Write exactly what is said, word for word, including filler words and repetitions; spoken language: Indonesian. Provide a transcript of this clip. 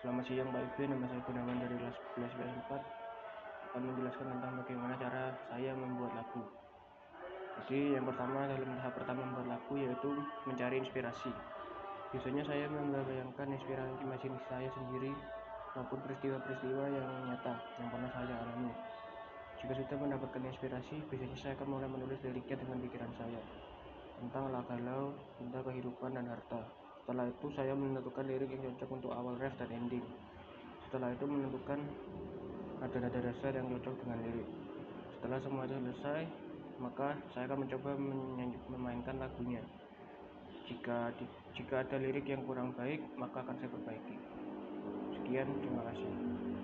Selamat siang Pak Ibe, nama saya Gunawan dari kelas sebelas I P S empat akan menjelaskan tentang bagaimana cara saya membuat lagu. Jadi yang pertama, dalam tahap pertama membuat lagu yaitu mencari inspirasi. Biasanya saya membayangkan inspirasi imajinasi saya sendiri maupun peristiwa-peristiwa yang nyata yang pernah saya alami. Jika sudah mendapatkan inspirasi, biasanya saya akan mulai menulis liriknya dengan pikiran saya tentang galau, cinta, kehidupan, dan harta. Setelah itu saya menentukan lirik yang cocok untuk awal ref dan ending. Setelah itu menentukan nada-nada dasar yang cocok dengan lirik. Setelah semua selesai, maka saya akan mencoba memainkan lagunya. Jika di, jika ada lirik yang kurang baik, maka akan saya perbaiki. Sekian, terima kasih.